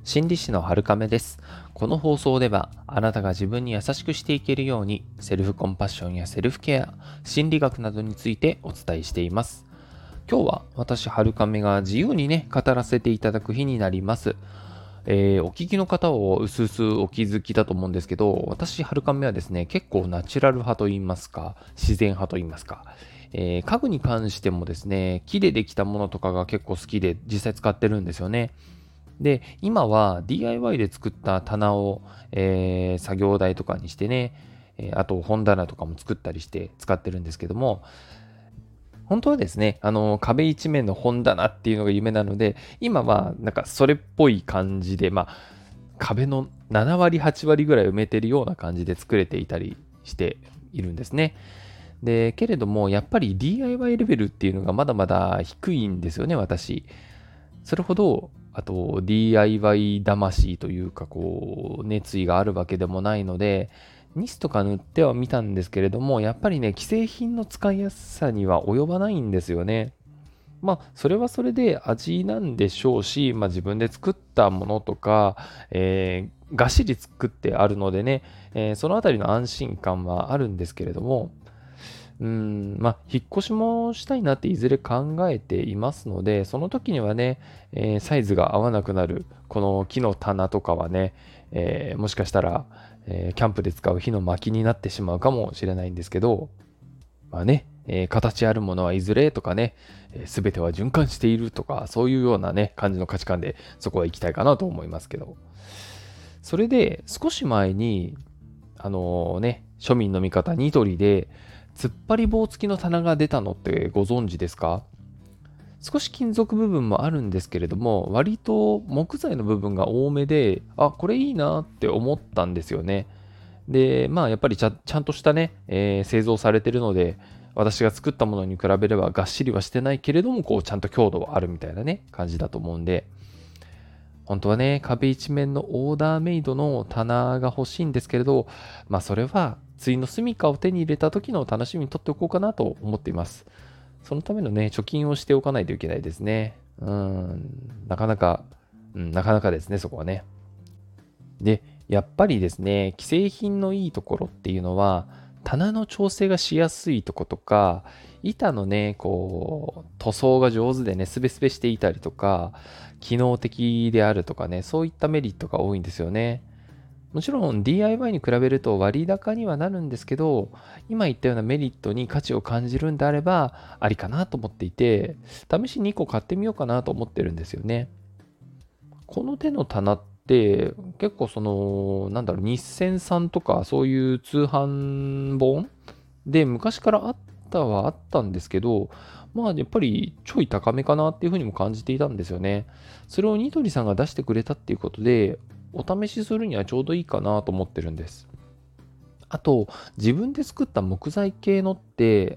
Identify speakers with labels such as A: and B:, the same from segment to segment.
A: 心理師の春亀です。この放送ではあなたが自分に優しくしていけるようにセルフコンパッションやセルフケア、心理学などについてお伝えしています。今日は私春亀が自由に語らせていただく日になります。お聞きの方をうすうすお気づきだと思うんですけど、私春亀はですね、結構ナチュラル派と言いますか、自然派と言いますか、家具に関してもですね、木でできたものとかが結構好きで実際使ってるんですよね。で、今は DIY で作った棚を、作業台とかにしてね、あと本棚とかも作ったりして使ってるんですけども、本当はですね、壁一面の本棚っていうのが夢なので、今はなんかそれっぽい感じで、壁の7割、8割ぐらい埋めてるような感じで作れていたりしているんですね。で、けれども、やっぱり DIY レベルっていうのがまだまだ低いんですよね、私。それほど、あと DIY 魂というか、熱意があるわけでもないので、ニスとか塗ってはみたんですけれども、やっぱりね、既製品の使いやすさには及ばないんですよね。それはそれで味なんでしょうし、自分で作ったものとか、がっしり作ってあるのでね、そのあたりの安心感はあるんですけれども、引っ越しもしたいなっていずれ考えていますので、その時にはね、サイズが合わなくなる、この木の棚とかはね、もしかしたら、キャンプで使う火の薪になってしまうかもしれないんですけど、形あるものはいずれとかね、すべては循環しているとか、そういうようなね、感じの価値観でそこは行きたいかなと思いますけど。それで、少し前に、庶民の味方ニトリで、突っ張り棒付きの棚が出たのってご存知ですか？少し金属部分もあるんですけれども、割と木材の部分が多めで、あ、これいいなって思ったんですよね。で、やっぱりちゃんとしたね、製造されてるので、私が作ったものに比べればがっしりはしてないけれども、ちゃんと強度はあるみたいなね、感じだと思うんで、本当はね、壁一面のオーダーメイドの棚が欲しいんですけれど、それは、ついの住処を手に入れた時の楽しみにとっておこうかなと思っています。そのためのね、貯金をしておかないといけないですね。なかなか、なかなかですね、そこはね。で、やっぱりですね、既製品のいいところっていうのは、棚の調整がしやすいとことか、板のね、塗装が上手でね、スベスベしていたりとか、機能的であるとかね、そういったメリットが多いんですよね。もちろん DIY に比べると割高にはなるんですけど、今言ったようなメリットに価値を感じるんであれば、ありかなと思っていて、試しに2個買ってみようかなと思ってるんですよね。この手の棚って結構日銭さんとかそういう通販本で昔からあったんですけど、やっぱりちょい高めかなっていうふうにも感じていたんですよね。それをニトリさんが出してくれたっていうことで、お試しするにはちょうどいいかなと思ってるんです。あと、自分で作った木材系のって、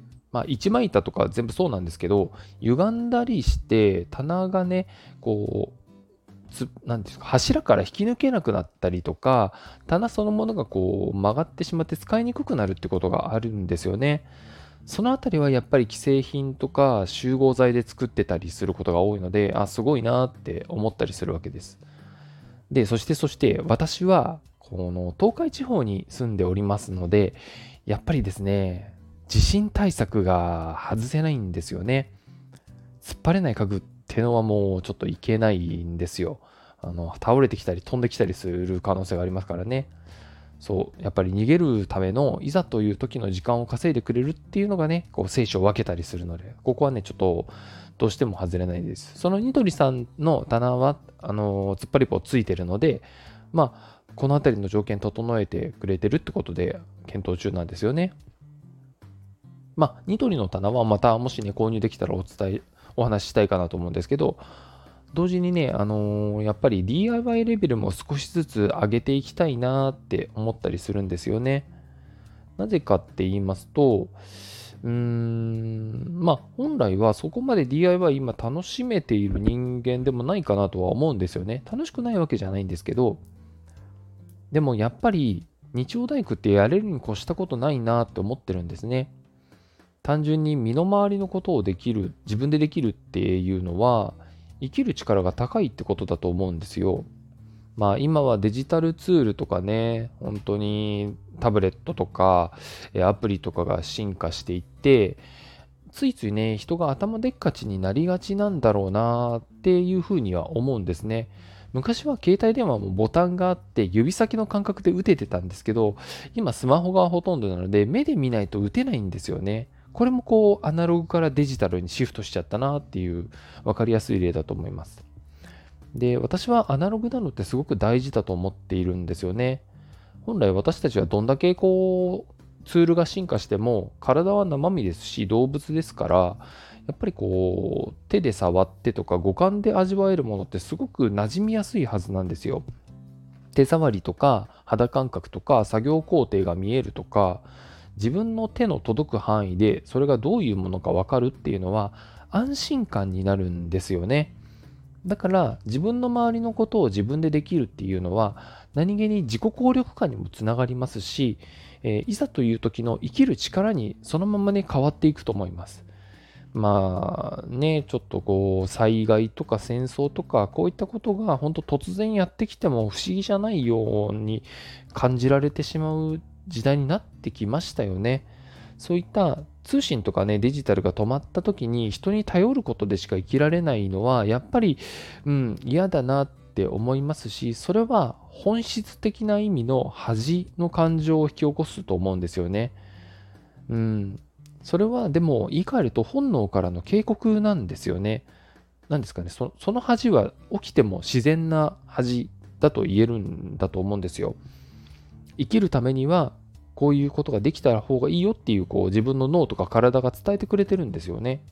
A: 一枚板とか全部そうなんですけど、歪んだりして棚がね、こなんですか、柱から引き抜けなくなったりとか、棚そのものが曲がってしまって使いにくくなるってことがあるんですよね。そのあたりはやっぱり既製品とか集合材で作ってたりすることが多いので、あ、すごいなって思ったりするわけです。で、そして私は、この東海地方に住んでおりますので、やっぱりですね、地震対策が外せないんですよね。突っ張れない家具ってのはもうちょっといけないんですよ。倒れてきたり飛んできたりする可能性がありますからね。そう、やっぱり逃げるための、いざという時の時間を稼いでくれるっていうのがね、生死を分けたりするので、ここはね、ちょっと、どうしても外れないです。そのニトリさんの棚は、突っ張り棒ついてるので、この辺りの条件整えてくれてるってことで、検討中なんですよね。ニトリの棚はまた、もしね、購入できたらお話ししたいかなと思うんですけど、同時にね、やっぱり DIY レベルも少しずつ上げていきたいなって思ったりするんですよね。なぜかって言いますと、本来はそこまで DIY 今楽しめている人間でもないかなとは思うんですよね。楽しくないわけじゃないんですけど、でもやっぱり日曜大工ってやれるに越したことないなって思ってるんですね。単純に身の回りのことをできる、自分でできるっていうのは、生きる力が高いってことだと思うんですよ。 今はデジタルツールとかね、本当にタブレットとかアプリとかが進化していって、ついついね、人が頭でっかちになりがちなんだろうなっていうふうには思うんですね。昔は携帯電話もボタンがあって指先の感覚で打ててたんですけど、今スマホがほとんどなので目で見ないと打てないんですよね。これもアナログからデジタルにシフトしちゃったなっていう分かりやすい例だと思います。で、私はアナログなのってすごく大事だと思っているんですよね。本来私たちはどんだけツールが進化しても体は生身ですし動物ですから、やっぱり手で触ってとか五感で味わえるものってすごく馴染みやすいはずなんですよ。手触りとか肌感覚とか作業工程が見えるとか、自分の手の届く範囲でそれがどういうものか分かるっていうのは安心感になるんですよね。だから自分の周りのことを自分でできるっていうのは何気に自己効力感にもつながりますし、いざという時の生きる力にそのままね変わっていくと思います。ちょっと災害とか戦争とかこういったことが本当突然やってきても不思議じゃないように感じられてしまう時代になってきましたよね。そういった通信とかね、デジタルが止まった時に人に頼ることでしか生きられないのは、やっぱり、嫌だなって思いますし、それは本質的な意味の恥の感情を引き起こすと思うんですよね。うん。それはでも言い換えると本能からの警告なんですよね。なんですかね、その恥は起きても自然な恥だと言えるんだと思うんですよ。生きるためにはこういうことができた方がいいよっていう自分の脳とか体が伝えてくれてるんですよね。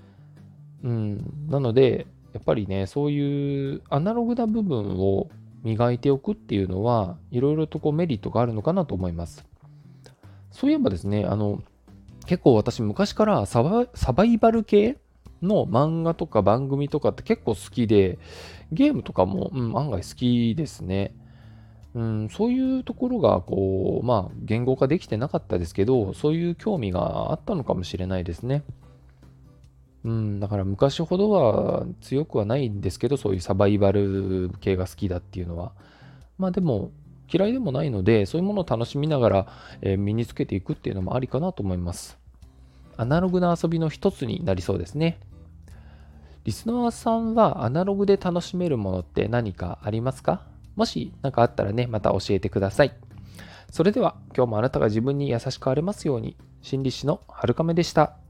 A: なのでやっぱりね、そういうアナログな部分を磨いておくっていうのはいろいろとメリットがあるのかなと思います。そういえばですね、結構私昔からサバイバル系の漫画とか番組とかって結構好きで、ゲームとかも、案外好きですね。そういうところが、言語化できてなかったですけど、そういう興味があったのかもしれないですね。だから昔ほどは強くはないんですけど、そういうサバイバル系が好きだっていうのは。でも、嫌いでもないので、そういうものを楽しみながら、身につけていくっていうのもありかなと思います。アナログな遊びの一つになりそうですね。リスナーさんはアナログで楽しめるものって何かありますか？もし何かあったらね、また教えてください。それでは今日もあなたが自分に優しくあれますように。心理師のはるかめでした。